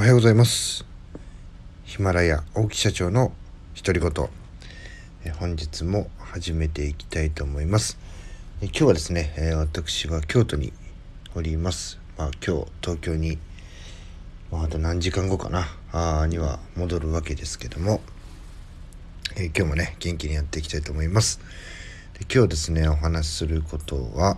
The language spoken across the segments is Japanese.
はようございます。ヒマラヤ大木社長の独り言、本日も始めていきたいと思います。今日はですね、私は京都におります。今日東京に、あと何時間後かなには戻るわけですけども、今日もね元気にやっていきたいと思います。で今日ですねお話しすることは、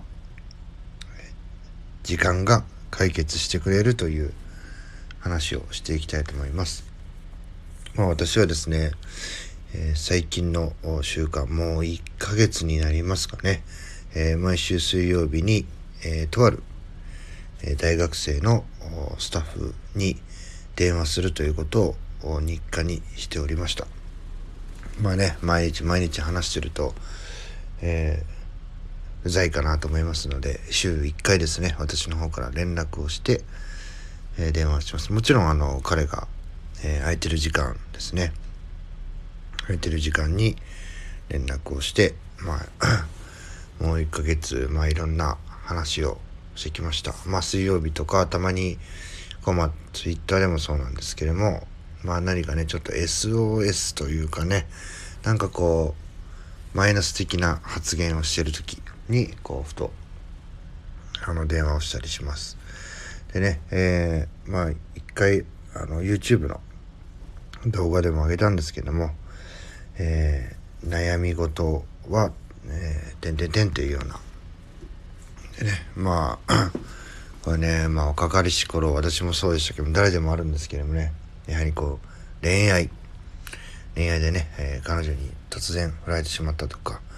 時間が解決してくれるという話をしていきたいと思います。私はですね、最近の習慣もう1ヶ月になりますかね、毎週水曜日に、とある、大学生のスタッフに電話するということを日課にしておりました。毎日話してると、うざいかなと思いますので、週1回ですね私の方から連絡をして、電話します。もちろん彼が、空いてる時間ですね、空いてる時間に連絡をして、もう1ヶ月いろんな話をしてきました。水曜日とかたまにツイッターでもそうなんですけれども、何かねちょっと SOS というかね、マイナス的な発言をしている時にふと電話をしたりします。でね、一回YouTube の動画でも上げたんですけども、悩み事はてんというようなでね、これね若かりし頃私もそうでしたけど誰でもあるんですけどもね、やはり恋愛でね、彼女に突然振られてしまったとか、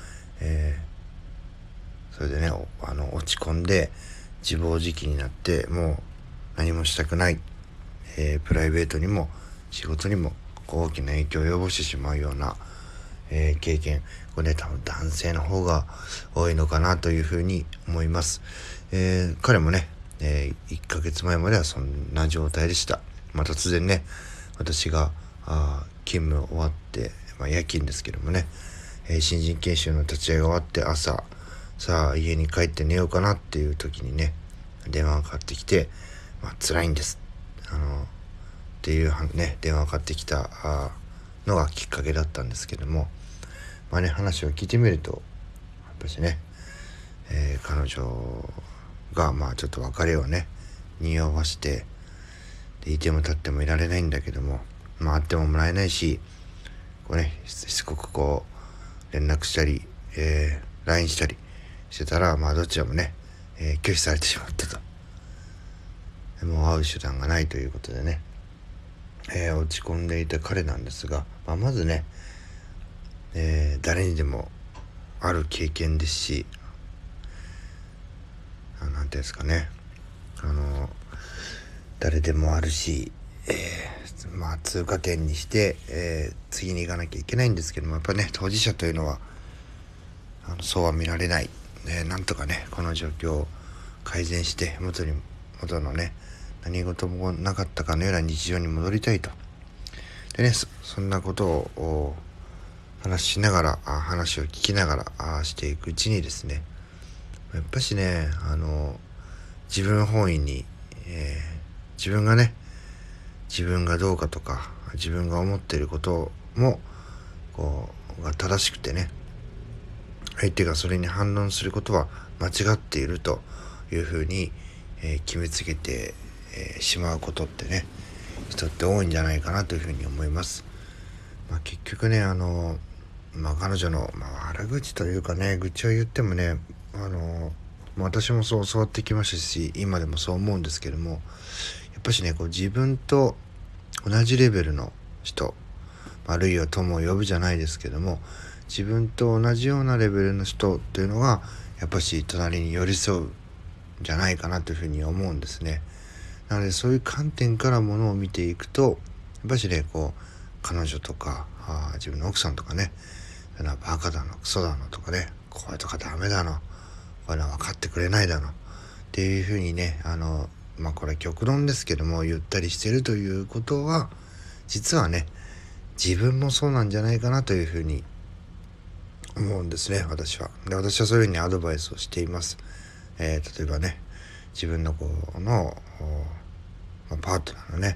それでね落ち込んで自暴自棄になってもう何もしたくない、プライベートにも仕事にも大きな影響を及ぼしてしまうような、経験、これね多分男性の方が多いのかなというふうに思います。彼もね、1ヶ月前まではそんな状態でした。突然ね私が勤務終わって、夜勤ですけどもね、新人研修の立ち会いが終わって朝さあ家に帰って寝ようかなっていう時にね電話がかかってきて、辛いんですっていうね電話がかかってきたのがきっかけだったんですけども、話を聞いてみるとやっぱりね、彼女がちょっと別れをね匂わしてでいても立ってもいられないんだけども、会ってももらえないししつこく連絡したり、LINE したりしてたらどちらもね、拒否されてしまったと。もう会う手段がないということでね、落ち込んでいた彼なんですが、まずね、誰にでもある経験ですし、なんていうんですかね、誰でもあるし、通過点にして、次に行かなきゃいけないんですけども、やっぱね当事者というのはそうは見られない、なんとかねこの状況を改善して元のね何事もなかったかのような日常に戻りたいと。でねそんなことを話を聞きながらしていくうちにですね、やっぱしね自分本位に、自分がどうかとか自分が思っていることもが正しくてね、相手がそれに反論することは間違っているというふうに、決めつけて、しまうことってね人って多いんじゃないかなというふうに思います。結局ね彼女の、悪口というかね愚痴を言ってもね私もそう教わってきましたし今でもそう思うんですけども、やっぱしね自分と同じレベルの人、あるいは友を呼ぶじゃないですけども、自分と同じようなレベルの人っていうのがやっぱし隣に寄り添うんじゃないかなというふうに思うんですね。なのでそういう観点からものを見ていくとやっぱしね彼女とか自分の奥さんとかね、バカだのクソだのとかね、これとかダメだの、これは分かってくれないだのっていうふうにねこれ極論ですけども言ったりしてるということは実はね自分もそうなんじゃないかなというふうに思うんですね。私はそういうふうにアドバイスをしています。例えばね自分の子のパートナーのね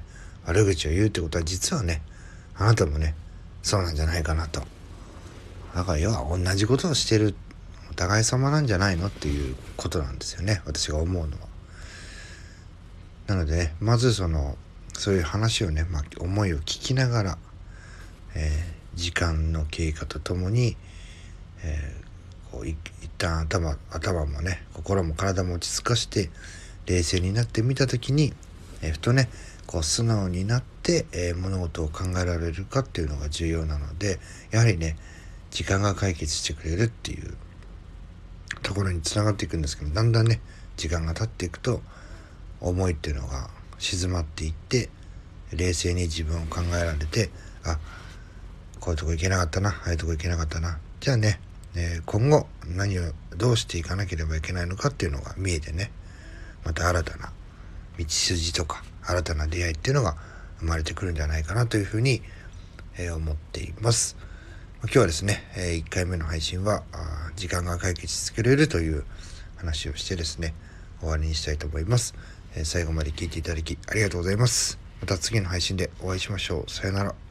悪口を言うってことは、実はねあなたもねそうなんじゃないかなと。だから要は同じことをしてるお互い様なんじゃないのっていうことなんですよね、私が思うのは。なのでね、まずそういう話をね、思いを聞きながら、時間の経過とともに、一旦頭もね心も体も落ち着かして冷静になってみたときに、ふとね素直になって、物事を考えられるかっていうのが重要なので、やはりね時間が解決してくれるっていうところにつながっていくんですけど、だんだんね時間が経っていくと思いっていうのが静まっていって、冷静に自分を考えられて、こういうとこ行けなかったな、ああいうとこ行けなかったな、じゃあね、今後何をどうしていかなければいけないのかっていうのが見えてね、また新たな道筋とか新たな出会いっていうのが生まれてくるんじゃないかなというふうに、思っています。今日はですね、1回目の配信は時間が解決してくれるという話をしてですね、終わりにしたいと思います。最後まで聞いていただきありがとうございます。また次の配信でお会いしましょう。さよなら。